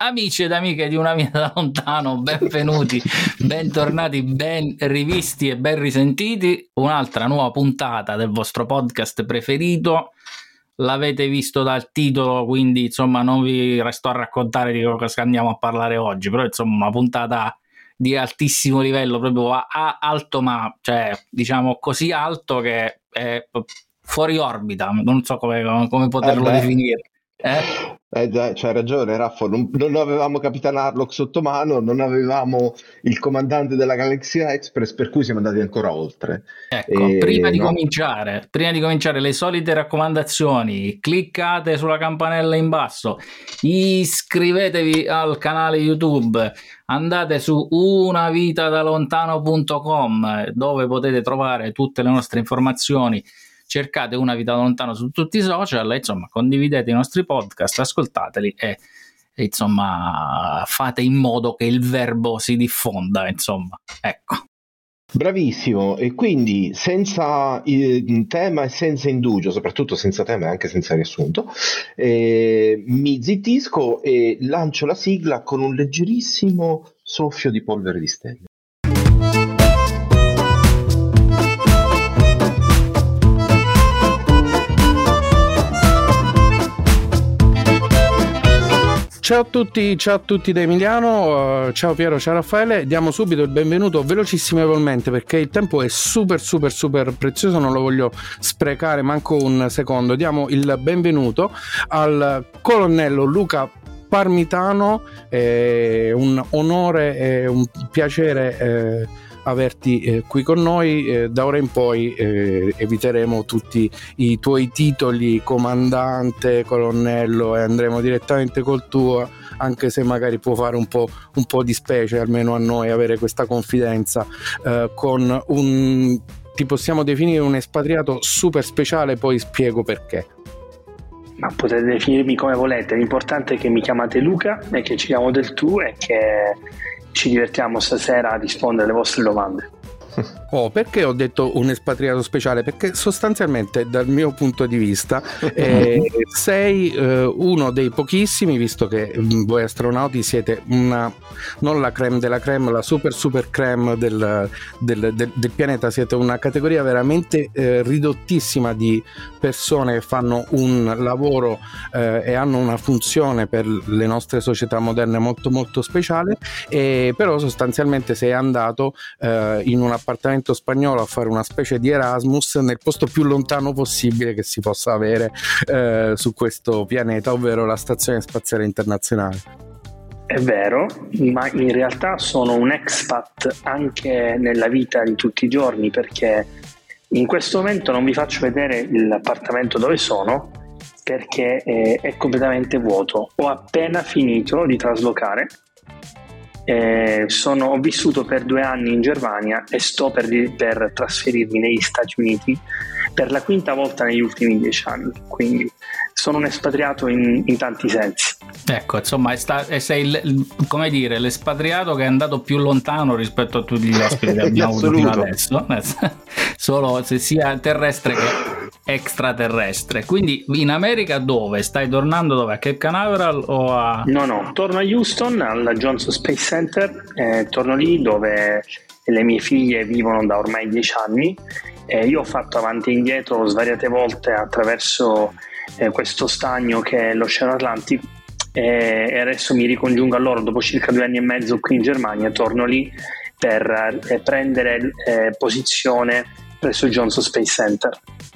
Amici ed amiche di Una Vita da Lontano, benvenuti, bentornati, ben rivisti e ben risentiti. Un'altra nuova puntata del vostro podcast preferito. L'avete visto dal titolo, quindi insomma non vi resto a raccontare di cosa andiamo a parlare oggi, però insomma una puntata di altissimo livello, proprio alto, ma cioè diciamo così alto che è fuori orbita, non so come poterlo definire. Già, c'hai ragione, Raffo, non avevamo Capitan Harlock sotto mano, non avevamo il comandante della Galaxia Express, per cui siamo andati ancora oltre. Ecco, prima di cominciare, le solite raccomandazioni: cliccate sulla campanella in basso, iscrivetevi al canale YouTube, andate su unavitadalontano.com dove potete trovare tutte le nostre informazioni. Cercate Una Vita da Lontano su tutti i social, insomma condividete i nostri podcast, ascoltateli e insomma fate in modo che il verbo si diffonda, insomma, ecco. Bravissimo, e quindi senza tema e senza indugio, soprattutto senza tema e anche senza riassunto, mi zittisco e lancio la sigla con un leggerissimo soffio di polvere di stelle. Ciao a tutti da Emiliano, ciao Piero, ciao Raffaele. Diamo subito il benvenuto velocissimevolmente perché il tempo è super prezioso, non lo voglio sprecare manco un secondo. Diamo il benvenuto al colonnello Luca Parmitano, un onore e un piacere averti qui con noi. Da ora in poi eviteremo tutti i tuoi titoli comandante, colonnello, e andremo direttamente col tuo, anche se magari può fare un po' di specie, almeno a noi, avere questa confidenza con ti possiamo definire un espatriato super speciale, poi spiego perché. Ma potete definirmi come volete, l'importante è che mi chiamate Luca e che ci diamo del tu e che ci divertiamo stasera a rispondere alle vostre domande. Perché ho detto un espatriato speciale? Perché sostanzialmente dal mio punto di vista sei uno dei pochissimi, visto che voi astronauti siete non la crème della crème, la super crème del pianeta, siete una categoria veramente ridottissima di persone che fanno un lavoro e hanno una funzione per le nostre società moderne molto speciale, però sostanzialmente sei andato in un appartamento spagnolo a fare una specie di Erasmus nel posto più lontano possibile che si possa avere su questo pianeta, ovvero la Stazione Spaziale Internazionale. È vero, ma in realtà sono un expat anche nella vita di tutti i giorni, perché in questo momento non vi faccio vedere l'appartamento dove sono perché è completamente vuoto. Ho appena finito di traslocare. Ho vissuto per 2 anni in Germania e sto per trasferirmi negli Stati Uniti per la 5ª volta negli ultimi 10 anni, quindi sono un espatriato in tanti sensi. Ecco, insomma, sei come dire, l'espatriato che è andato più lontano rispetto a tutti gli ospiti che abbiamo avuto fino adesso, solo se sia terrestre che extraterrestre. Quindi in America dove? Stai tornando dove? A Cape Canaveral o a... No, torno a Houston, al Johnson Space Center, torno lì dove le mie figlie vivono da ormai 10 anni. Io ho fatto avanti e indietro svariate volte attraverso questo stagno che è l'Oceano Atlantico, e adesso mi ricongiungo a loro dopo circa 2 anni e mezzo qui in Germania. Torno lì per prendere posizione presso il Johnson Space Center.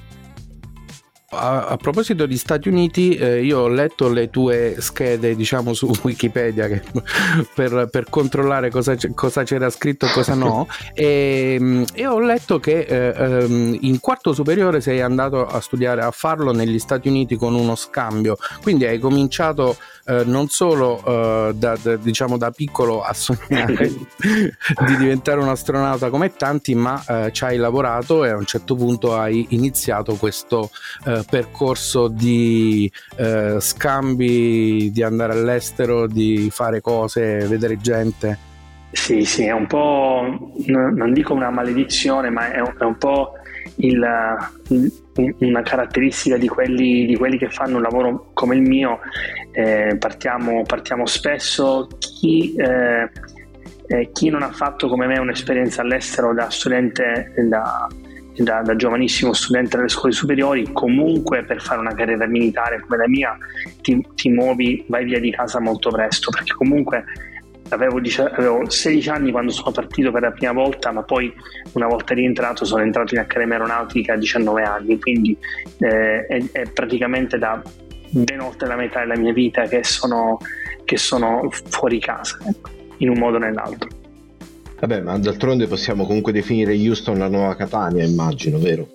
A proposito di Stati Uniti, io ho letto le tue schede, diciamo, su Wikipedia per controllare cosa c'era scritto e cosa no, e ho letto che in 4º superiore sei andato a studiare, a farlo negli Stati Uniti con uno scambio, quindi hai cominciato non solo da piccolo a sognare di diventare un astronauta come tanti, ma ci hai lavorato e a un certo punto hai iniziato questo percorso di scambi, di andare all'estero, di fare cose, vedere gente. Sì, è un po', non dico una maledizione, ma è un po' una caratteristica di quelli che fanno un lavoro come il mio. Partiamo spesso chi non ha fatto come me un'esperienza all'estero da studente, da giovanissimo studente delle scuole superiori, comunque per fare una carriera militare come la mia ti muovi, vai via di casa molto presto, perché comunque avevo 16 anni quando sono partito per la prima volta, ma poi una volta rientrato sono entrato in Accademia Aeronautica a 19 anni, quindi è praticamente da ben oltre la metà della mia vita che sono fuori casa, in un modo o nell'altro. Vabbè, ma d'altronde possiamo comunque definire Houston la nuova Catania, immagino, vero?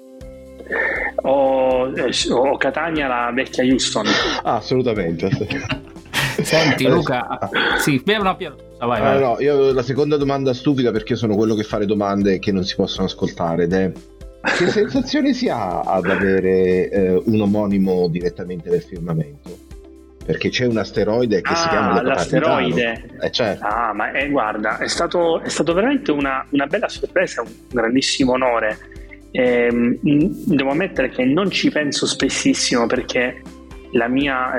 O Catania la vecchia Houston. Assolutamente. Senti Luca, sì, no, Piero, vai. No, io la seconda domanda stupida, perché io sono quello che fa le domande che non si possono ascoltare, ed è: che sensazione si ha ad avere un omonimo direttamente nel firmamento? Perché c'è un asteroide che si chiama l'asteroide. Certo. Ma guarda, è stato veramente una bella sorpresa, un grandissimo onore. Devo ammettere che non ci penso spessissimo, perché la mia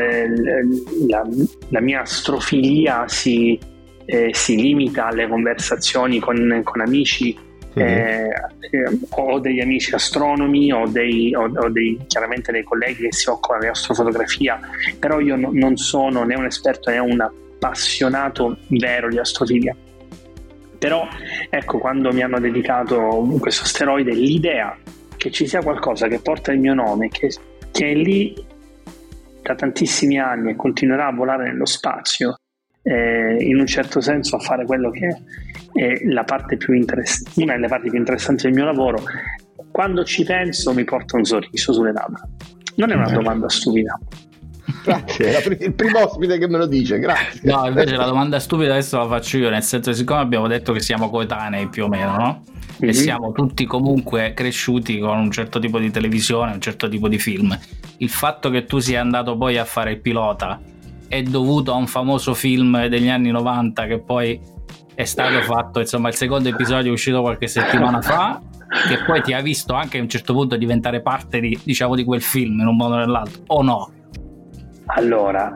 astrofilia si limita alle conversazioni con amici. Ho degli amici astronomi, ho chiaramente dei colleghi che si occupano di astrofotografia, però io non sono né un esperto né un appassionato vero di astrofilia. Però ecco, quando mi hanno dedicato questo asteroide, l'idea che ci sia qualcosa che porta il mio nome, che è lì da tantissimi anni e continuerà a volare nello spazio, in un certo senso a fare quello che è una delle parti più interessanti del mio lavoro, quando ci penso mi porta un sorriso sulle labbra. Non è una domanda stupida. Grazie, è il primo ospite che me lo dice, grazie. No, invece la domanda stupida adesso la faccio io, nel senso, siccome abbiamo detto che siamo coetanei più o meno, no? Mm-hmm. E siamo tutti comunque cresciuti con un certo tipo di televisione, un certo tipo di film. Il fatto che tu sia andato poi a fare il pilota è dovuto a un famoso film degli anni 90 che poi è stato fatto, insomma, il secondo episodio è uscito qualche settimana fa, che poi ti ha visto anche a un certo punto diventare parte di quel film in un modo o nell'altro, o no? Allora,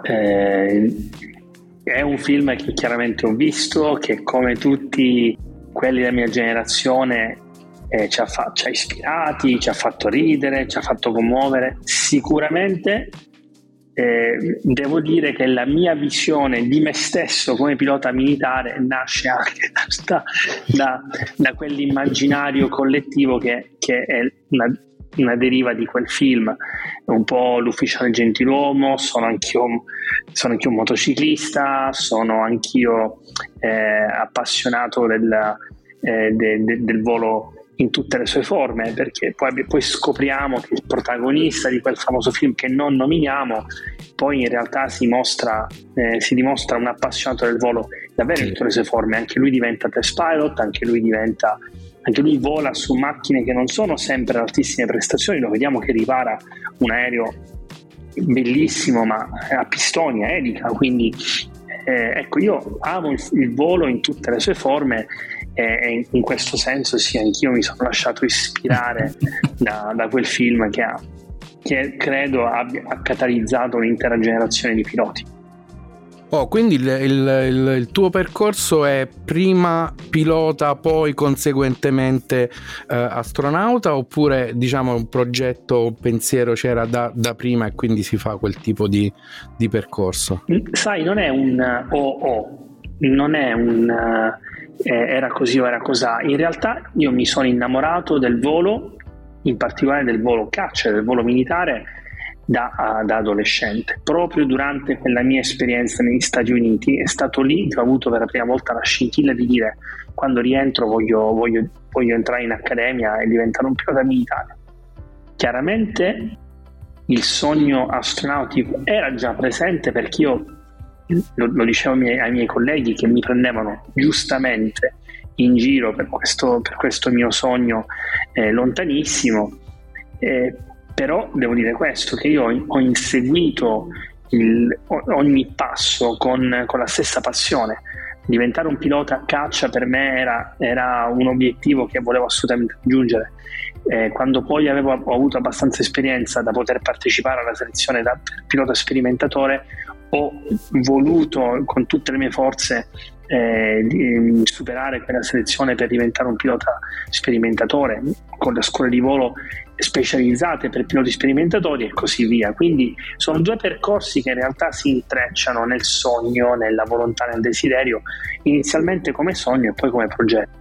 è un film che chiaramente ho visto, che come tutti quelli della mia generazione ci ha ispirati, ci ha fatto ridere, ci ha fatto commuovere. Sicuramente devo dire che la mia visione di me stesso come pilota militare nasce anche da quell'immaginario collettivo che è una deriva di quel film. Un po' l'ufficiale gentiluomo, sono anch'io un motociclista, sono anch'io appassionato del volo in tutte le sue forme, perché poi scopriamo che il protagonista di quel famoso film che non nominiamo poi in realtà si dimostra un appassionato del volo davvero in tutte le sue forme. Anche lui diventa test pilot, anche lui vola su macchine che non sono sempre ad altissime prestazioni. Lo vediamo che ripara un aereo bellissimo ma a pistoni, a elica, quindi ecco, io amo il volo in tutte le sue forme, e in questo senso sì, anch'io mi sono lasciato ispirare da quel film che credo ha catalizzato un'intera generazione di piloti. Quindi il tuo percorso è prima pilota, poi conseguentemente astronauta, oppure diciamo un progetto, un pensiero c'era da prima e quindi si fa quel tipo di percorso? Sai, non è un non è un era così o era cosà. In realtà io mi sono innamorato del volo, in particolare del volo caccia, del volo militare, da adolescente. Proprio durante quella mia esperienza negli Stati Uniti è stato lì che ho avuto per la prima volta la scintilla di dire: quando rientro voglio entrare in accademia e diventare un pilota militare. Chiaramente il sogno astronautico era già presente, perché io lo dicevo ai miei colleghi che mi prendevano giustamente in giro per questo mio sogno lontanissimo, però devo dire questo, che io ho inseguito ogni passo con la stessa passione, diventare un pilota caccia per me era un obiettivo che volevo assolutamente raggiungere. Quando poi ho avuto abbastanza esperienza da poter partecipare alla selezione da pilota sperimentatore, ho voluto con tutte le mie forze di superare quella selezione per diventare un pilota sperimentatore con le scuole di volo specializzate per piloti sperimentatori e così via. Quindi sono due percorsi che in realtà si intrecciano nel sogno, nella volontà, nel desiderio, inizialmente come sogno e poi come progetto.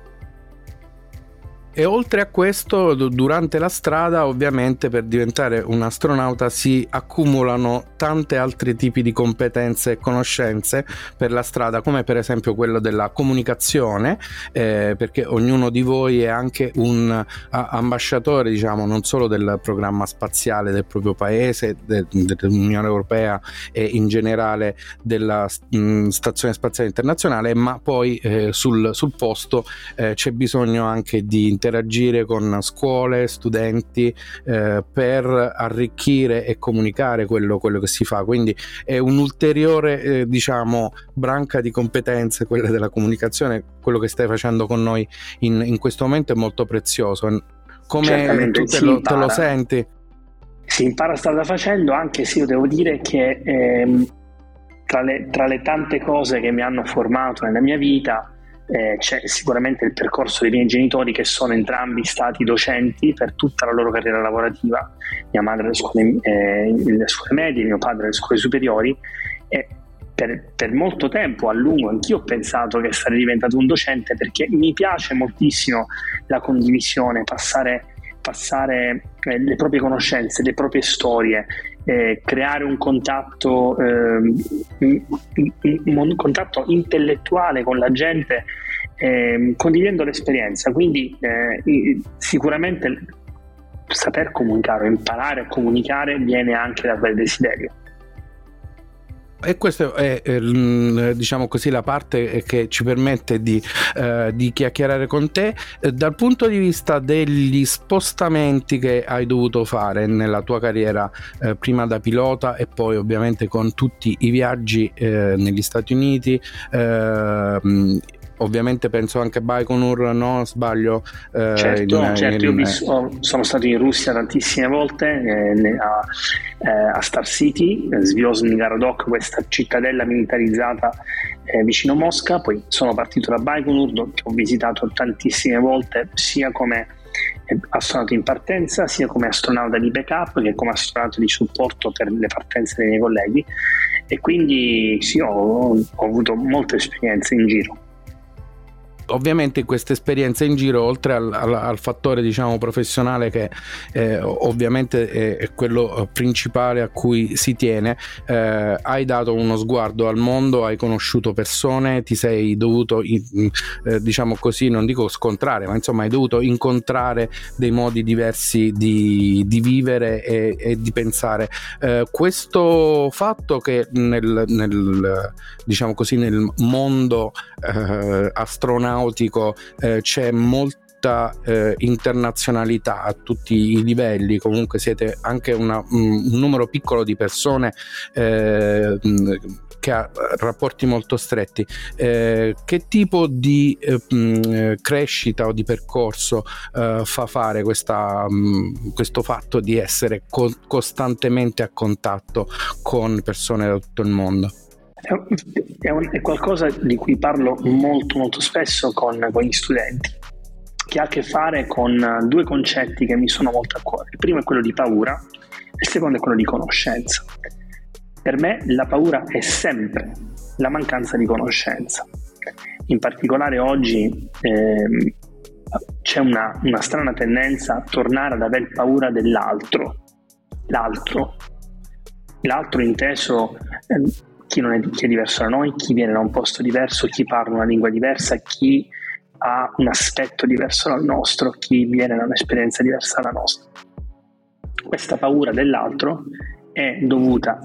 E oltre a questo, durante la strada, ovviamente, per diventare un astronauta si accumulano tanti altri tipi di competenze e conoscenze per la strada, come per esempio quello della comunicazione, perché ognuno di voi è anche un ambasciatore, diciamo, non solo del programma spaziale del proprio paese, dell'Unione Europea e in generale della Stazione Spaziale Internazionale, ma poi sul posto c'è bisogno anche di interagire con scuole, studenti, per arricchire e comunicare quello che si fa. Quindi è un'ulteriore diciamo branca di competenze, quella della comunicazione. Quello che stai facendo con noi in questo momento è molto prezioso. Come tu te lo senti? Si impara strada facendo, anche se io devo dire che tra le tante cose che mi hanno formato nella mia vita c'è sicuramente il percorso dei miei genitori, che sono entrambi stati docenti per tutta la loro carriera lavorativa. Mia madre alle scuole medie, mio padre alle scuole superiori, e per molto tempo, a lungo, anch'io ho pensato che sarei diventato un docente, perché mi piace moltissimo la condivisione, passare le proprie conoscenze, le proprie storie, creare un contatto intellettuale con la gente, condividendo l'esperienza. Quindi sicuramente saper comunicare, imparare a comunicare viene anche da quel desiderio. E questa è diciamo così la parte che ci permette di chiacchierare con te. Dal punto di vista degli spostamenti che hai dovuto fare nella tua carriera, prima da pilota e poi ovviamente con tutti i viaggi negli Stati Uniti, ovviamente penso anche a Baikonur, no? Sbaglio? Certo, io sono stato in Russia tantissime volte, a Star City, Zvjozhny Gorodok, questa cittadella militarizzata vicino Mosca. Poi sono partito da Baikonur, che ho visitato tantissime volte, sia come astronauta in partenza, sia come astronauta di backup, che come astronauta di supporto per le partenze dei miei colleghi. E quindi sì, ho avuto molte esperienze in giro. Ovviamente questa esperienza in giro, oltre al fattore diciamo professionale, che ovviamente è quello principale a cui si tiene, hai dato uno sguardo al mondo, hai conosciuto persone, ti sei dovuto diciamo così, non dico scontrare, ma insomma hai dovuto incontrare dei modi diversi di vivere e di pensare. Questo fatto che diciamo così nel mondo astronautico c'è molta internazionalità a tutti i livelli, comunque siete anche un numero piccolo di persone che ha rapporti molto stretti. Che tipo di crescita o di percorso fa fare questo fatto di essere costantemente a contatto con persone da tutto il mondo? È qualcosa di cui parlo molto molto spesso con gli studenti, che ha a che fare con due concetti che mi sono molto a cuore. Il primo è quello di paura, il secondo è quello di conoscenza. Per me la paura è sempre la mancanza di conoscenza. In particolare oggi c'è una strana tendenza a tornare ad aver paura dell'altro. L'altro inteso chi è diverso da noi, chi viene da un posto diverso, chi parla una lingua diversa, chi ha un aspetto diverso dal nostro, chi viene da un'esperienza diversa dalla nostra. Questa paura dell'altro è dovuta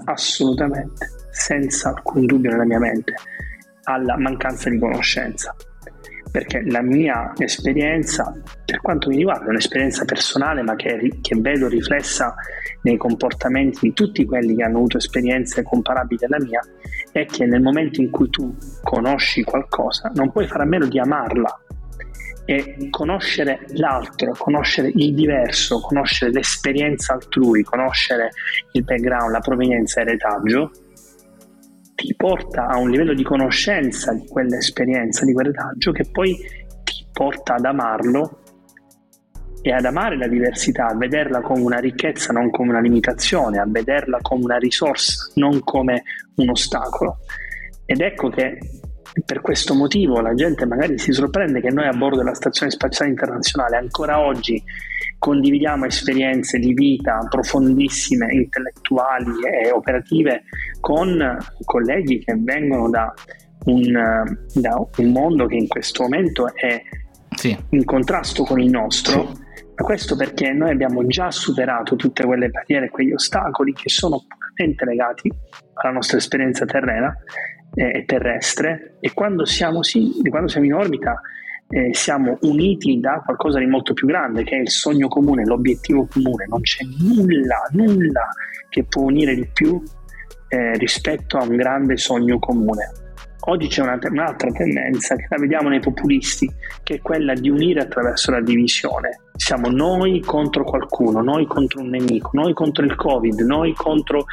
assolutamente, senza alcun dubbio nella mia mente, alla mancanza di conoscenza. perché la mia esperienza, per quanto mi riguarda, è un'esperienza personale, ma che vedo riflessa nei comportamenti di tutti quelli che hanno avuto esperienze comparabili alla mia, è che nel momento in cui tu conosci qualcosa non puoi fare a meno di amarla, e conoscere l'altro, conoscere il diverso, conoscere l'esperienza altrui, conoscere il background, la provenienza e il retaggio, ti porta a un livello di conoscenza di quell'esperienza, di quel retaggio, che poi ti porta ad amarlo e ad amare la diversità, a vederla come una ricchezza, non come una limitazione, a vederla come una risorsa, non come un ostacolo. Ed ecco che per questo motivo la gente magari si sorprende che noi a bordo della Stazione Spaziale Internazionale ancora oggi condividiamo esperienze di vita profondissime, intellettuali e operative con colleghi che vengono da un mondo che in questo momento è in contrasto con il nostro, ma questo perché noi abbiamo già superato tutte quelle barriere, quegli ostacoli che sono puramente legati alla nostra esperienza terrena e terrestre, e quando siamo in orbita siamo uniti da qualcosa di molto più grande, che è il sogno comune, l'obiettivo comune. Non c'è nulla che può unire di più rispetto a un grande sogno comune. Oggi c'è un'altra tendenza che la vediamo nei populisti, che è quella di unire attraverso la divisione. Siamo noi contro qualcuno, noi contro un nemico, noi contro il Covid, noi contro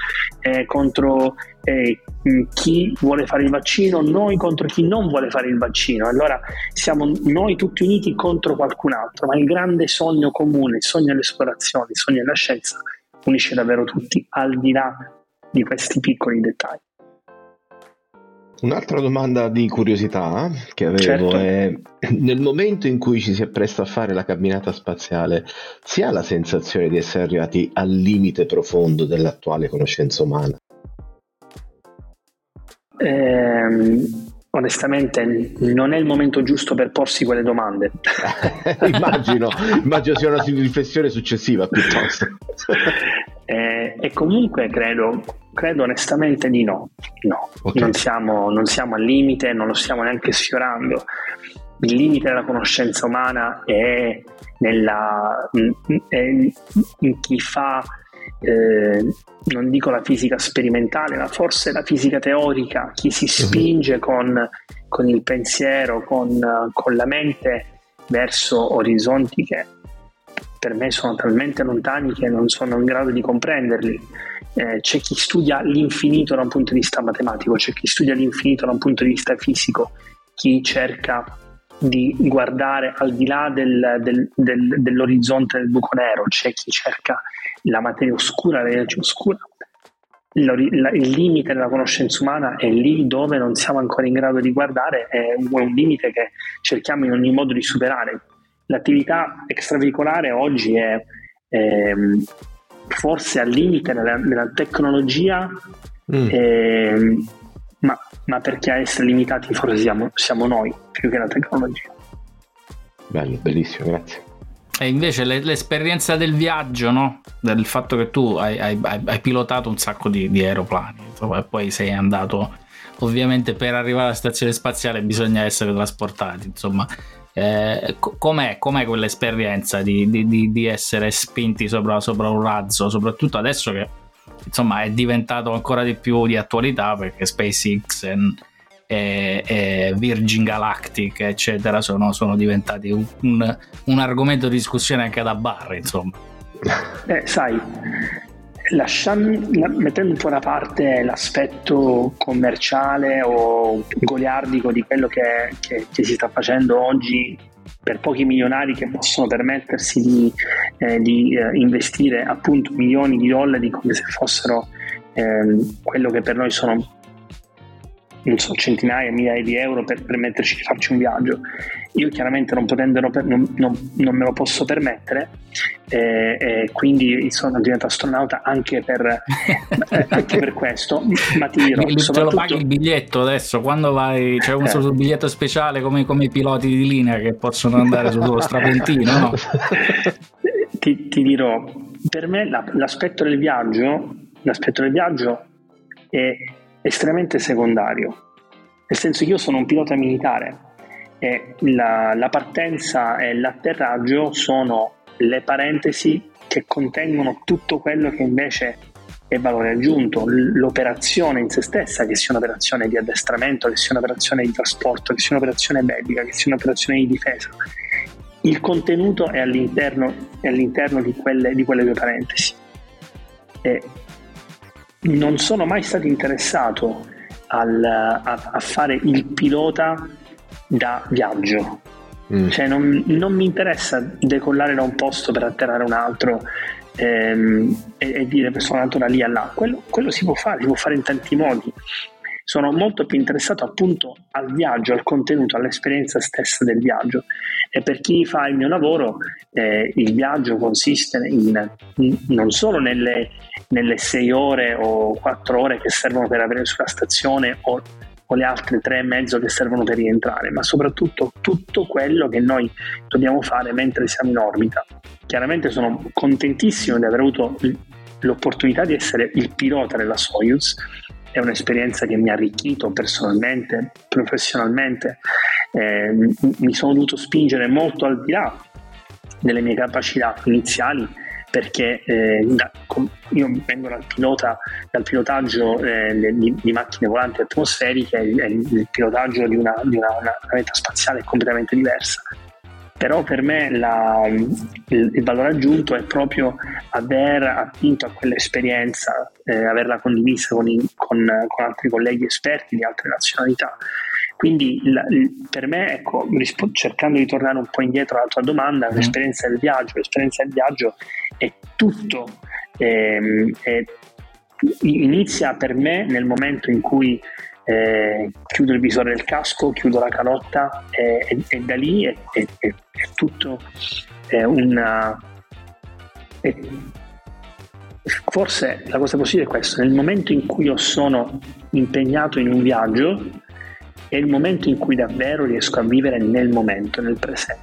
chi vuole fare il vaccino, noi contro chi non vuole fare il vaccino. Allora siamo noi tutti uniti contro qualcun altro, ma il grande sogno comune, il sogno dell'esplorazione, il sogno della scienza unisce davvero tutti, al di là di questi piccoli dettagli. Un'altra domanda di curiosità che avevo è: nel momento in cui ci si appresta a fare la camminata spaziale, si ha la sensazione di essere arrivati al limite profondo dell'attuale conoscenza umana? Onestamente non è il momento giusto per porsi quelle domande. immagino sia una riflessione successiva piuttosto. E comunque credo onestamente di no. Okay. Non siamo al limite, non lo stiamo neanche sfiorando. Il limite della conoscenza umana è in chi fa non dico la fisica sperimentale, ma forse la fisica teorica, chi si spinge con il pensiero, con la mente verso orizzonti che per me sono talmente lontani che non sono in grado di comprenderli. C'è chi studia l'infinito da un punto di vista matematico, c'è chi studia l'infinito da un punto di vista fisico, chi cerca di guardare al di là dell'orizzonte del buco nero, c'è chi cerca la materia oscura, l'energia oscura. Il limite della conoscenza umana è lì dove non siamo ancora in grado di guardare, è un limite che cerchiamo in ogni modo di superare. L'attività extraveicolare oggi è forse al limite della tecnologia, ma perché a essere limitati forse siamo noi più che la tecnologia. Bello, bellissimo, grazie. E invece l'esperienza del viaggio, no? Del fatto che tu hai pilotato un sacco di aeroplani, e poi sei andato, ovviamente per arrivare alla stazione spaziale bisogna essere trasportati, insomma. Com'è quell'esperienza di essere spinti sopra un razzo, soprattutto adesso che insomma è diventato ancora di più di attualità, perché SpaceX e Virgin Galactic eccetera sono diventati un argomento di discussione anche da bar, insomma. Sai, mettendo un po' da parte l'aspetto commerciale o goliardico di quello che si sta facendo oggi per pochi milionari che possono permettersi di investire appunto milioni di dollari come se fossero quello che per noi sono, non so, centinaia, migliaia di euro per permetterci di farci un viaggio. Io chiaramente non me lo posso permettere, e quindi sono diventato astronauta anche per questo, ma ti dirò, te lo paghi il biglietto adesso quando vai, c'è un biglietto speciale come i piloti di linea che possono andare sullo strapontino, no? ti dirò, per me l'aspetto del viaggio è estremamente secondario, nel senso che io sono un pilota militare e la partenza e l'atterraggio sono le parentesi che contengono tutto quello che invece è valore aggiunto, l'operazione in se stessa, che sia un'operazione di addestramento, che sia un'operazione di trasporto, che sia un'operazione bellica, che sia un'operazione di difesa. Il contenuto è all'interno di quelle due parentesi. E non sono mai stato interessato a fare il pilota da viaggio. Cioè non mi interessa decollare da un posto per atterrare a un altro e dire sono andato da lì a là. Quello si può fare in tanti modi. Sono molto più interessato appunto al viaggio, al contenuto, all'esperienza stessa del viaggio. E per chi fa il mio lavoro, il viaggio consiste non solo nelle 6 ore o 4 ore che servono per avere sulla stazione o le altre 3,5 che servono per rientrare, ma soprattutto tutto quello che noi dobbiamo fare mentre siamo in orbita. Chiaramente sono contentissimo di aver avuto l'opportunità di essere il pilota della Soyuz. È un'esperienza che mi ha arricchito personalmente, professionalmente. Mi sono dovuto spingere molto al di là delle mie capacità iniziali, perché io vengo dal pilotaggio di macchine volanti atmosferiche, e il pilotaggio di una navetta spaziale è completamente diversa. Però per me il valore aggiunto è proprio aver attinto a quell'esperienza, averla condivisa con altri colleghi esperti di altre nazionalità. Quindi per me, ecco, cercando di tornare un po' indietro alla tua domanda, l'esperienza del viaggio è tutto, inizia per me nel momento in cui chiudo il visore del casco, chiudo la calotta, e da lì è tutto forse la cosa positiva è questo: nel momento in cui io sono impegnato in un viaggio è il momento in cui davvero riesco a vivere nel momento, nel presente.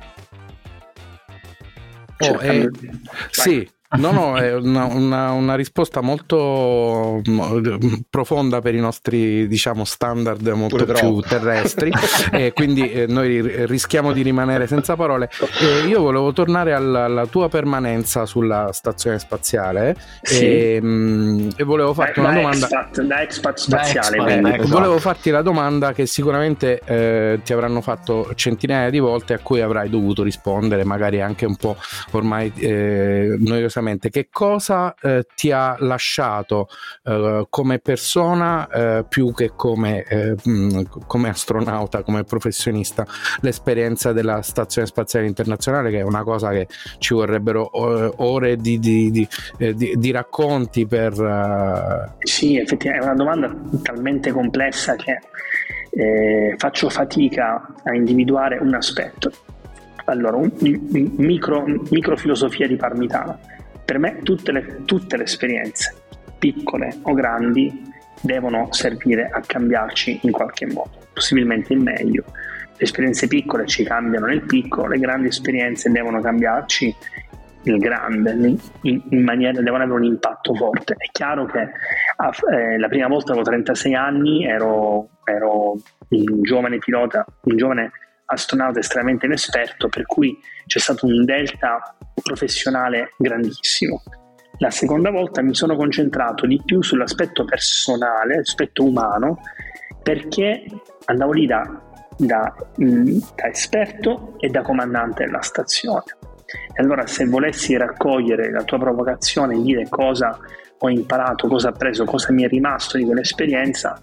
Sì. No, è una risposta molto profonda per i nostri, diciamo, standard molto più terrestri, e quindi noi rischiamo di rimanere senza parole. Io volevo tornare alla tua permanenza sulla stazione spaziale, sì. e volevo farti una domanda da expat spaziale. Volevo farti la domanda che sicuramente ti avranno fatto centinaia di volte, a cui avrai dovuto rispondere magari anche un po' ormai noiosamente. Che cosa ti ha lasciato come persona, più che come astronauta, come professionista, l'esperienza della Stazione Spaziale Internazionale, che è una cosa che ci vorrebbero ore di racconti per... Sì, effettivamente è una domanda talmente complessa che faccio fatica a individuare un aspetto. Allora, microfilosofia di Parmitano. Per me tutte le esperienze, piccole o grandi, devono servire a cambiarci in qualche modo, possibilmente in meglio. Le esperienze piccole ci cambiano nel piccolo, le grandi esperienze devono cambiarci nel grande, in maniera, devono avere un impatto forte. È chiaro che la prima volta avevo 36 anni, ero un giovane pilota, un giovane astronauta estremamente inesperto, per cui c'è stato un delta professionale grandissimo. La seconda volta mi sono concentrato di più sull'aspetto personale, l'aspetto umano, perché andavo lì da esperto e da comandante della stazione. E allora, se volessi raccogliere la tua provocazione e dire cosa ho imparato, cosa ho appreso, cosa mi è rimasto di quell'esperienza,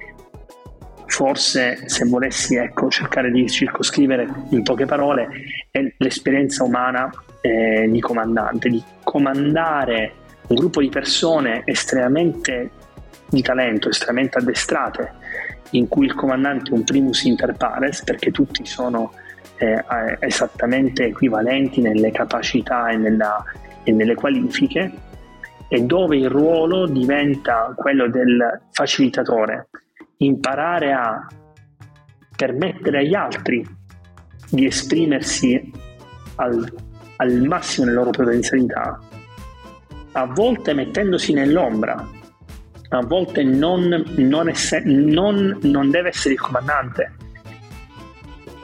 forse, se volessi cercare di circoscrivere in poche parole, è l'esperienza umana di comandante, di comandare un gruppo di persone estremamente di talento, estremamente addestrate, in cui il comandante è un primus inter pares, perché tutti sono esattamente equivalenti nelle capacità e nelle qualifiche, e dove il ruolo diventa quello del facilitatore, imparare a permettere agli altri di esprimersi al massimo delle loro potenzialità, a volte mettendosi nell'ombra, a volte non deve essere il comandante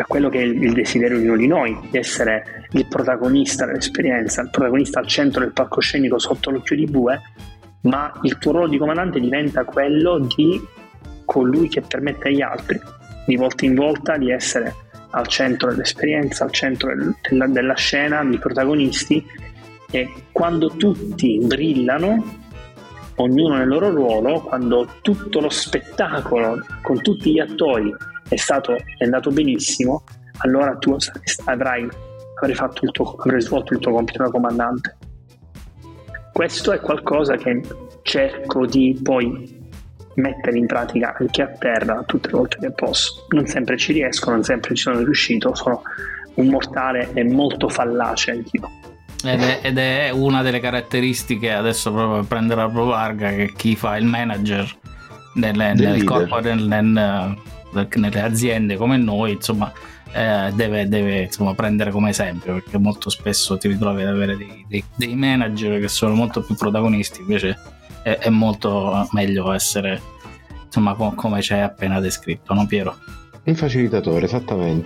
quello che è il desiderio di uno di noi, di essere il protagonista dell'esperienza, il protagonista al centro del palcoscenico sotto l'occhio di bue, ma il tuo ruolo di comandante diventa quello di colui che permette agli altri di volta in volta di essere al centro dell'esperienza, al centro della scena, di protagonisti, e quando tutti brillano, ognuno nel loro ruolo, quando tutto lo spettacolo con tutti gli attori è andato benissimo, allora tu avrai svolto il tuo compito da comandante. Questo è qualcosa che cerco di poi mettere in pratica anche a terra tutte le volte che posso. Non sempre ci riesco, non sempre ci sono riuscito, sono un mortale e molto fallace anch'io. Ed è una delle caratteristiche, adesso proprio per prendere la Provarga, che chi fa il manager nel corpo, nelle aziende come noi, insomma, deve insomma prendere come esempio, perché molto spesso ti ritrovi ad avere dei manager che sono molto più protagonisti, invece è molto meglio essere, insomma, come ci hai appena descritto, no Piero? Un facilitatore, esattamente.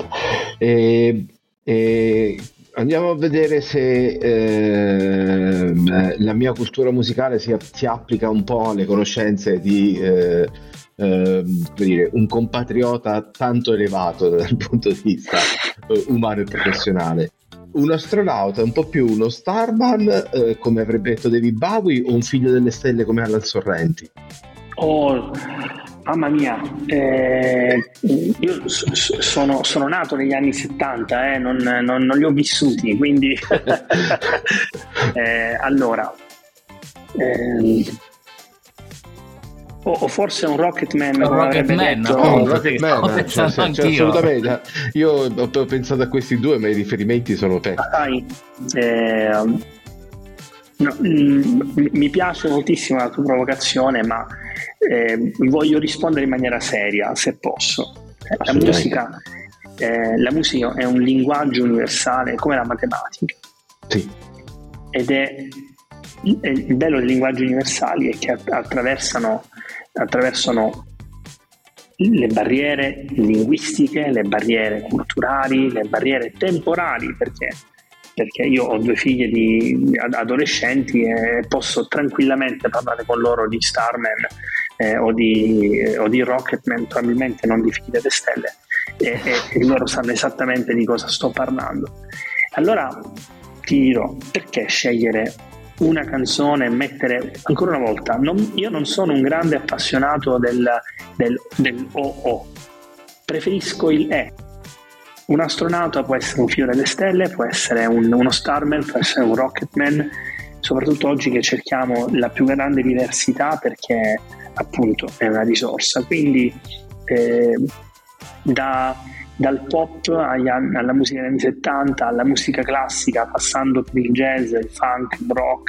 Andiamo a vedere se la mia cultura musicale si applica un po' alle conoscenze di un compatriota tanto elevato dal punto di vista umano e professionale. Un astronauta, un po' più uno starman, come avrebbe detto David Bowie, o un figlio delle stelle come Alan Sorrenti? Oh, mamma mia, io sono nato negli anni 70, non li ho vissuti, quindi allora o forse un Rocketman. Assolutamente. Io ho pensato a questi due, ma i riferimenti sono mi piace moltissimo la tua provocazione, ma voglio rispondere in maniera seria, se posso. La musica è un linguaggio universale come la matematica. Sì. Ed è il bello dei linguaggi universali è che attraversano le barriere linguistiche, le barriere culturali, le barriere temporali, perché io ho 2 figlie di adolescenti e posso tranquillamente parlare con loro di Starman o di Rocketman, probabilmente non di Figli delle Stelle, e loro sanno esattamente di cosa sto parlando. Allora ti dirò, perché scegliere una canzone e mettere, ancora una volta, io non sono un grande appassionato del OO, preferisco il E. Un astronauta può essere un figlio delle stelle, può essere uno Starman, può essere un Rocketman, soprattutto oggi che cerchiamo la più grande diversità, perché appunto è una risorsa. Quindi dal pop alla musica degli anni 70, alla musica classica, passando per il jazz, il funk, il rock,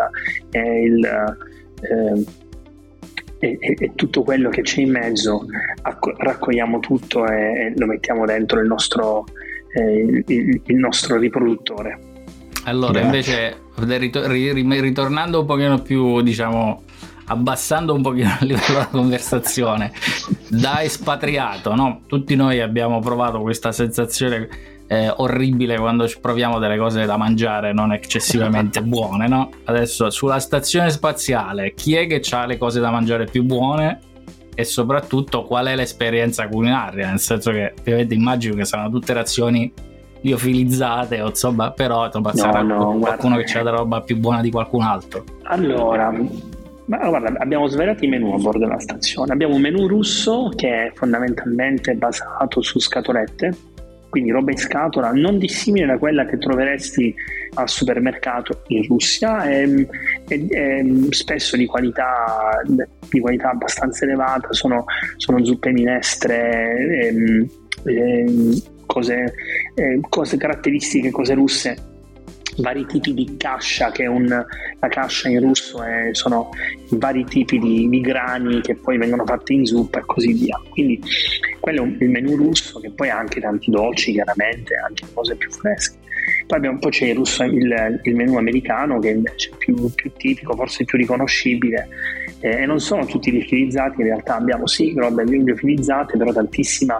e tutto quello che c'è in mezzo, raccogliamo tutto e lo mettiamo dentro il nostro riproduttore. Allora, invece, ritornando un pochino più, diciamo, abbassando un pochino il livello della conversazione, da espatriato, no? Tutti noi abbiamo provato questa sensazione orribile quando ci proviamo delle cose da mangiare non eccessivamente buone, no? Adesso sulla stazione spaziale chi è che ha le cose da mangiare più buone, e soprattutto qual è l'esperienza culinaria, nel senso che ovviamente immagino che saranno tutte razioni liofilizzate, o insomma, però insomma, sarà qualcuno che c'ha la roba più buona di qualcun altro. Allora, guarda, abbiamo svariati menù a bordo della stazione. Abbiamo un menù russo che è fondamentalmente basato su scatolette, quindi roba in scatola, non dissimile da quella che troveresti al supermercato in Russia, e spesso di qualità abbastanza elevata. Sono zuppe minestre, cose caratteristiche, cose russe, vari tipi di kasha, che la kasha in russo sono vari tipi di grani che poi vengono fatti in zuppa e così via. Quindi quello è il menù russo, che poi ha anche tanti dolci, chiaramente, anche cose più fresche. Poi c'è il menù americano, che invece è più tipico, forse più riconoscibile, e non sono tutti liofilizzati. In realtà abbiamo sì robe liofilizzate, però tantissima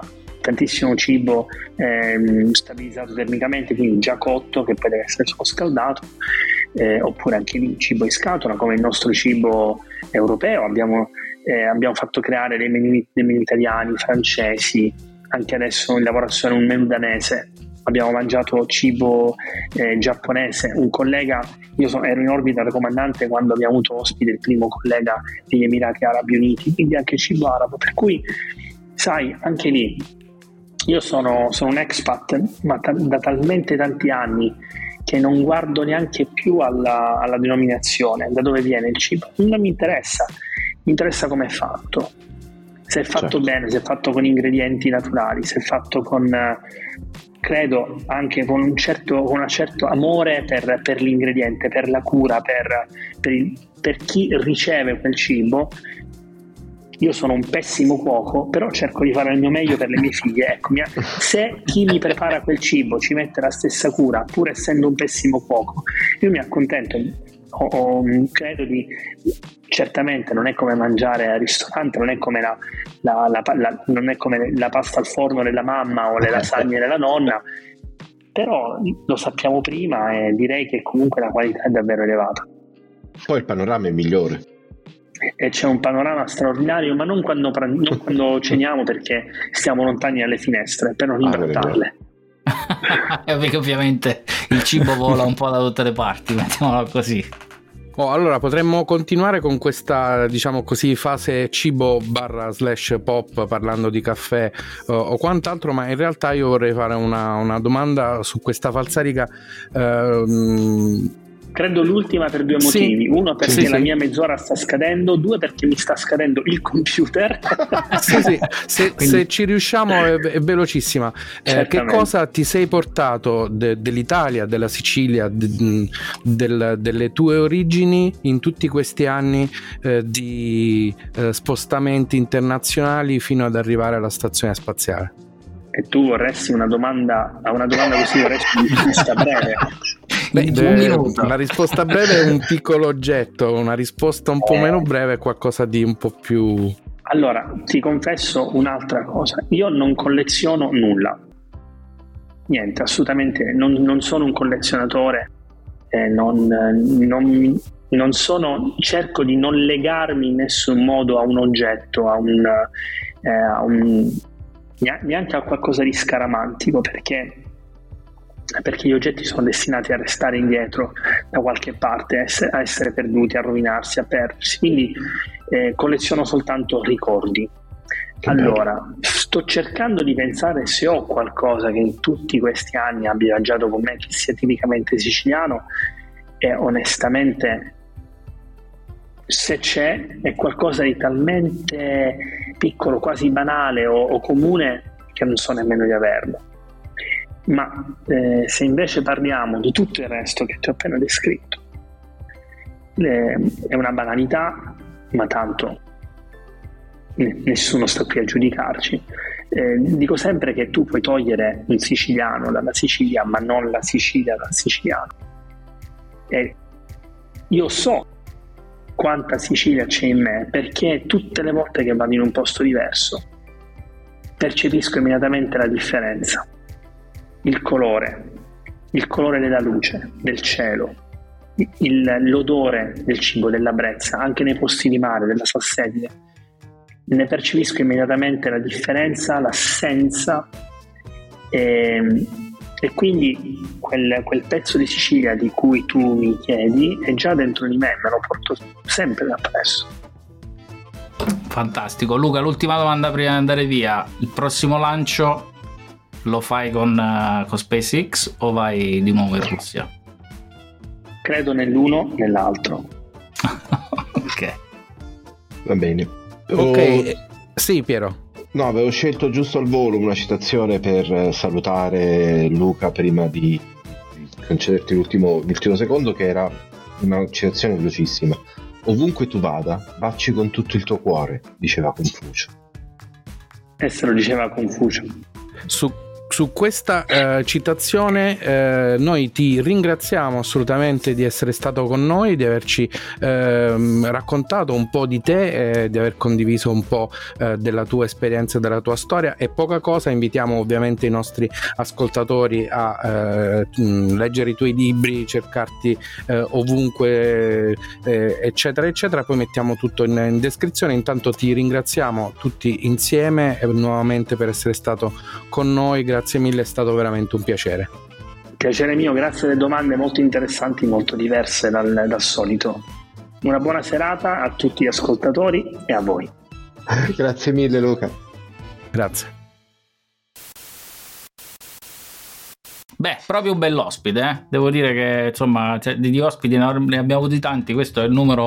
tantissimo cibo stabilizzato termicamente, quindi già cotto, che poi deve essere solo scaldato, oppure anche lì cibo in scatola come il nostro cibo europeo. Abbiamo fatto creare dei menù italiani, francesi, anche adesso in lavorazione un menù danese. Abbiamo mangiato cibo giapponese. Un collega, ero in orbita da comandante quando abbiamo avuto ospite il primo collega degli Emirati Arabi Uniti, quindi anche cibo arabo. Per cui, sai, anche lì io sono un expat, ma da talmente tanti anni che non guardo neanche più alla denominazione, da dove viene il cibo. Non mi interessa come è fatto. Se è fatto bene, se è fatto con ingredienti naturali, se è fatto con, credo, anche con un certo amore per l'ingrediente, per la cura, per chi riceve quel cibo. Io sono un pessimo cuoco, però cerco di fare il mio meglio per le mie figlie. Ecco, se chi mi prepara quel cibo ci mette la stessa cura, pur essendo un pessimo cuoco, io mi accontento. Credo di, certamente non è come mangiare al ristorante, non è come non è come la pasta al forno della mamma o le lasagne della nonna, però lo sappiamo prima e direi che comunque la qualità è davvero elevata. Poi il panorama è migliore. E c'è un panorama straordinario, ma non quando ceniamo, perché stiamo lontani dalle finestre per non impattarle. Perché ovviamente il cibo vola un po' da tutte le parti, mettiamolo così. Allora potremmo continuare con questa, diciamo così, fase cibo / pop, parlando di caffè o quant'altro, ma in realtà io vorrei fare una domanda su questa falsariga. Credo l'ultima per due motivi. Sì. Uno perché la mia mezz'ora sta scadendo, due perché mi sta scadendo il computer. Se ci riusciamo è velocissima. Che cosa ti sei portato dell'Italia, della Sicilia, delle tue origini in tutti questi anni di spostamenti internazionali fino ad arrivare alla stazione spaziale? E tu vorresti a una domanda così vorresti una risposta breve? La risposta breve è un piccolo oggetto, una risposta un po' meno breve è qualcosa di un po' più... Allora, ti confesso un'altra cosa, io non colleziono nulla, niente, assolutamente, non sono un collezionatore, non sono, cerco di non legarmi in nessun modo a un oggetto, neanche a qualcosa di scaramantico, perché gli oggetti sono destinati a restare indietro da qualche parte, a essere perduti, a rovinarsi, a perdersi, quindi colleziono soltanto ricordi. Allora, sto cercando di pensare se ho qualcosa che in tutti questi anni abbia viaggiato con me, che sia tipicamente siciliano, e onestamente se c'è è qualcosa di talmente piccolo, quasi banale o comune, che non so nemmeno di averlo. Ma se invece parliamo di tutto il resto che ti ho appena descritto, è una banalità, ma tanto nessuno sta qui a giudicarci. Dico sempre che tu puoi togliere un siciliano dalla Sicilia, ma non la Sicilia dal siciliano. E io so quanta Sicilia c'è in me, perché tutte le volte che vado in un posto diverso percepisco immediatamente la differenza. Il colore della luce, del cielo, l'odore del cibo, della brezza, anche nei posti di mare, della salsedine. Ne percepisco immediatamente la differenza, l'assenza, e quindi quel pezzo di Sicilia di cui tu mi chiedi è già dentro di me, me lo porto sempre appresso. Fantastico. Luca, l'ultima domanda prima di andare via: il prossimo lancio lo fai con SpaceX o vai di nuovo in Russia? Credo nell'uno, nell'altro. Ok, va bene. Ok, sì, Piero. No, avevo scelto giusto al volo una citazione per salutare Luca prima di concederti l'ultimo secondo, che era una citazione velocissima. Ovunque tu vada, vacci con tutto il tuo cuore, diceva Confucio. E se lo diceva Confucio. Su su questa citazione noi ti ringraziamo assolutamente di essere stato con noi, di averci raccontato un po' di te, di aver condiviso un po' della tua esperienza e della tua storia. E poca cosa, invitiamo ovviamente i nostri ascoltatori a leggere i tuoi libri, cercarti ovunque, eccetera eccetera. Poi mettiamo tutto in descrizione. Intanto ti ringraziamo tutti insieme nuovamente per essere stato con noi, grazie mille, è stato veramente un piacere. Piacere mio, grazie delle domande molto interessanti, molto diverse dal solito. Una buona serata a tutti gli ascoltatori e a voi. Grazie mille Luca. Grazie. Beh, proprio un bell'ospite, eh? Devo dire che insomma di ospiti ne abbiamo avuti tanti, questo è il numero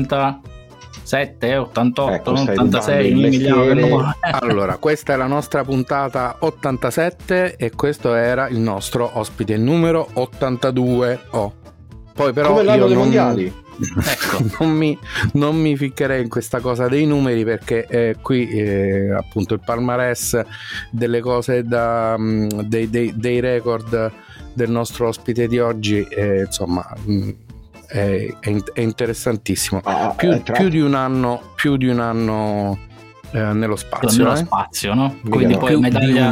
87, 88, ecco, 86, Allora, questa è la nostra puntata 87 e questo era il nostro ospite numero 82. Poi però come l'anno io dei mondiali. Ecco, non mi ficcherei in questa cosa dei numeri, perché qui appunto il palmarès delle cose dei record del nostro ospite di oggi insomma è interessantissimo. Più di un anno nello spazio, no? Quindi poi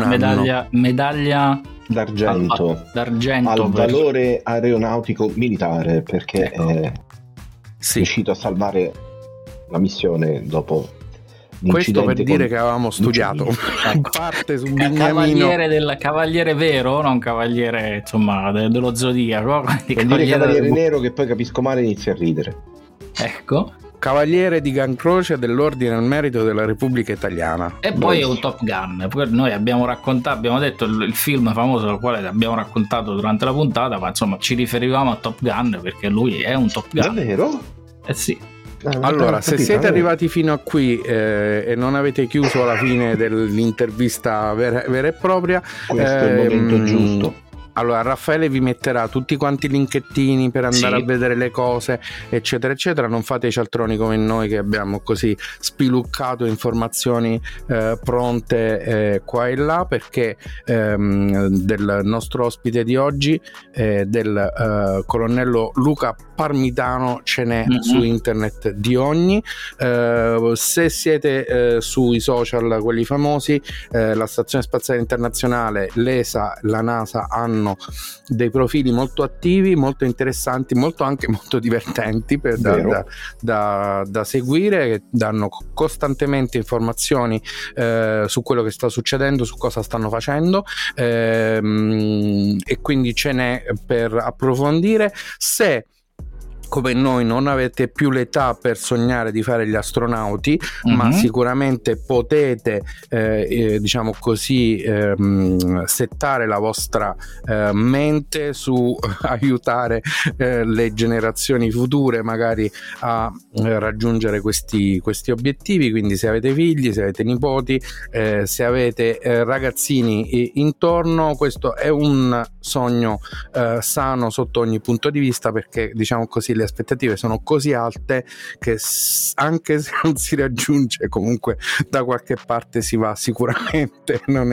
medaglia d'argento al valore aeronautico militare, perché è riuscito a salvare la missione dopo questo per dire che avevamo studiato parte su Beniamino, cavaliere vero, non cavaliere insomma dello zodiaco, cavaliere nero, che poi capisco male, inizia a ridere. Ecco, cavaliere di Gran Croce dell'Ordine al Merito della Repubblica Italiana. E poi è un Top Gun. Noi abbiamo detto il film famoso al quale abbiamo raccontato durante la puntata, ma insomma ci riferivamo a Top Gun perché lui è un Top Gun. Davvero? Sì. Allora, se siete arrivati fino a qui e non avete chiuso alla fine dell'intervista vera e propria, questo è il momento giusto. Allora, Raffaele vi metterà tutti quanti i linkettini per andare a vedere le cose, eccetera eccetera. Non fate i cialtroni come noi, che abbiamo così spiluccato informazioni pronte qua e là, perché del nostro ospite di oggi, del colonnello Luca Parmitano, ce n'è su internet di ogni. Se siete sui social, quelli famosi, la Stazione Spaziale Internazionale, l'ESA, la NASA hanno dei profili molto attivi, molto interessanti, anche molto divertenti da seguire, che danno costantemente informazioni su quello che sta succedendo, su cosa stanno facendo, e quindi ce n'è per approfondire. Se come noi non avete più l'età per sognare di fare gli astronauti, ma sicuramente potete diciamo così settare la vostra mente su aiutare le generazioni future magari a raggiungere questi obiettivi. Quindi se avete figli, se avete nipoti, se avete ragazzini intorno, questo è un sogno sano sotto ogni punto di vista, perché diciamo così le aspettative sono così alte che anche se non si raggiunge, comunque da qualche parte si va sicuramente, non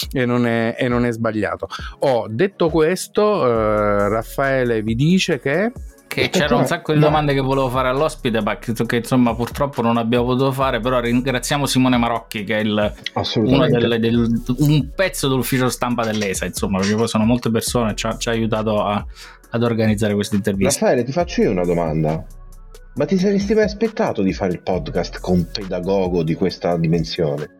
è sbagliato. Detto questo, Raffaele vi dice che c'era un sacco di domande che volevo fare all'ospite, ma che insomma purtroppo non abbiamo potuto fare, però ringraziamo Simone Marocchi, che è un pezzo dell'ufficio stampa dell'ESA, insomma, perché poi sono molte persone, ci ha aiutato ad organizzare questa intervista. Raffaele, ti faccio io una domanda: ma ti saresti mai aspettato di fare il podcast con un pedagogo di questa dimensione?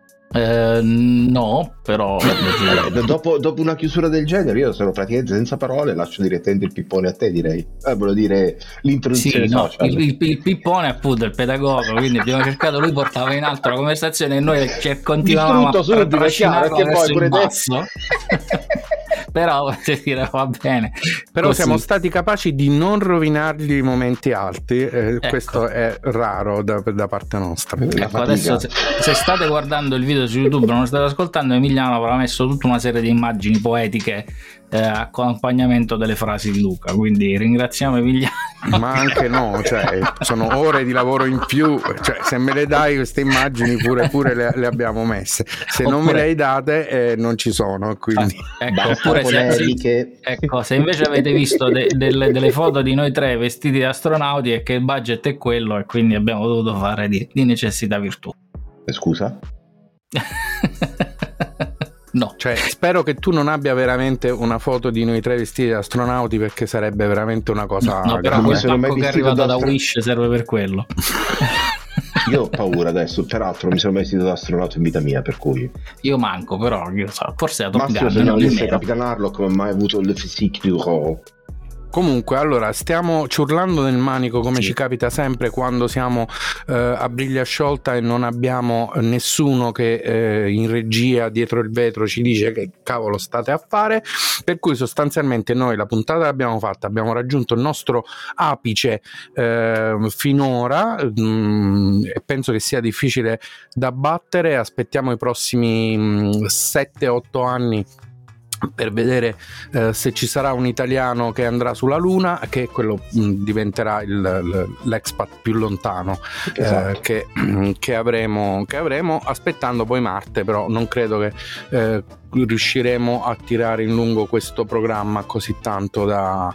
No, però dopo una chiusura del genere io sono praticamente senza parole, lascio direttamente il pippone a te, direi. Volevo dire l'introduzione social. Il pippone appunto, il pedagogo, quindi abbiamo cercato, lui portava in alto la conversazione e noi continuavamo a subito, chiaro, perché poi pure basso. però dire, va bene. Però così. siamo stati capaci di non rovinargli i momenti alti, Ecco. Questo è raro da parte nostra. Ecco, adesso se state guardando il video su YouTube, non lo state ascoltando, Emiliano avrà messo tutta una serie di immagini poetiche a accompagnamento delle frasi di Luca, quindi ringraziamo Emiliano. Ma anche no, cioè sono ore di lavoro in più, cioè se me le dai queste immagini pure le abbiamo messe, se non me le hai date non ci sono, quindi Ecco, oppure se invece avete visto delle foto di noi tre vestiti da astronauti e che il budget è quello e quindi abbiamo dovuto fare di necessità virtù. Scusa? No, cioè spero che tu non abbia veramente una foto di noi tre vestiti da astronauti, perché sarebbe veramente una cosa no, però quel pacco che è arrivato da Wish serve per quello. Io ho paura adesso, peraltro mi sono mai vestito da astronauta in vita mia, per cui io manco, però io so, forse a Top Massimo, Gun se non avesse nemmeno. Capitan Harlock non ho mai avuto il physique du role. Comunque, allora, stiamo ciurlando nel manico come Sì. ci capita sempre quando siamo a briglia sciolta e non abbiamo nessuno che in regia dietro il vetro ci dice che cavolo state a fare, per cui sostanzialmente noi la puntata l'abbiamo fatta, abbiamo raggiunto il nostro apice finora e penso che sia difficile da battere. Aspettiamo i prossimi 7-8 anni per vedere se ci sarà un italiano che andrà sulla Luna, che quello diventerà l'expat più lontano Esatto. che avremo, aspettando poi Marte, però non credo che riusciremo a tirare in lungo questo programma così tanto da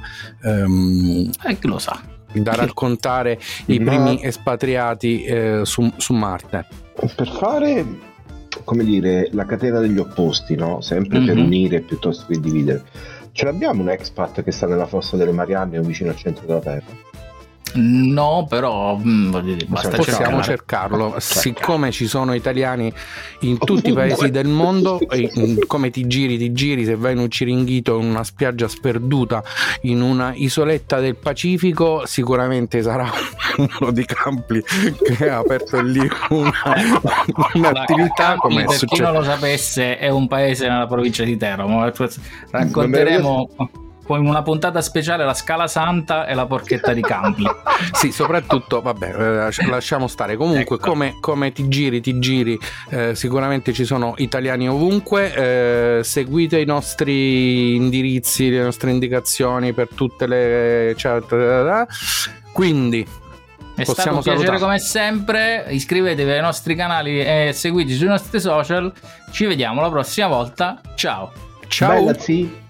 Chi lo sa. da raccontare i primi espatriati su Marte. Per fare, come dire, la catena degli opposti, no? Sempre per unire piuttosto che dividere. Ce l'abbiamo un expat che sta nella fossa delle Marianne o vicino al centro della Terra? No, però voglio dire, basta Possiamo cercare. cercarlo, siccome ci sono italiani in tutti i paesi del mondo, e come ti giri, se vai in un Ciringhito, in una spiaggia sperduta, in una isoletta del Pacifico, sicuramente sarà uno dei campi che ha aperto lì un'attività, come è per chi successo. non lo sapesse, è un paese nella provincia di Teramo. Racconteremo poi in una puntata speciale la Scala Santa e la porchetta di Campi. Sì, soprattutto, vabbè, lasciamo stare. Comunque, Ecco. come ti giri, sicuramente ci sono italiani ovunque. Seguite i nostri indirizzi, le nostre indicazioni per tutte le chat. Quindi È stato un piacere come sempre. Iscrivetevi ai nostri canali e seguiteci sui nostri social. Ci vediamo la prossima volta. Ciao. Ciao. Bella, sì.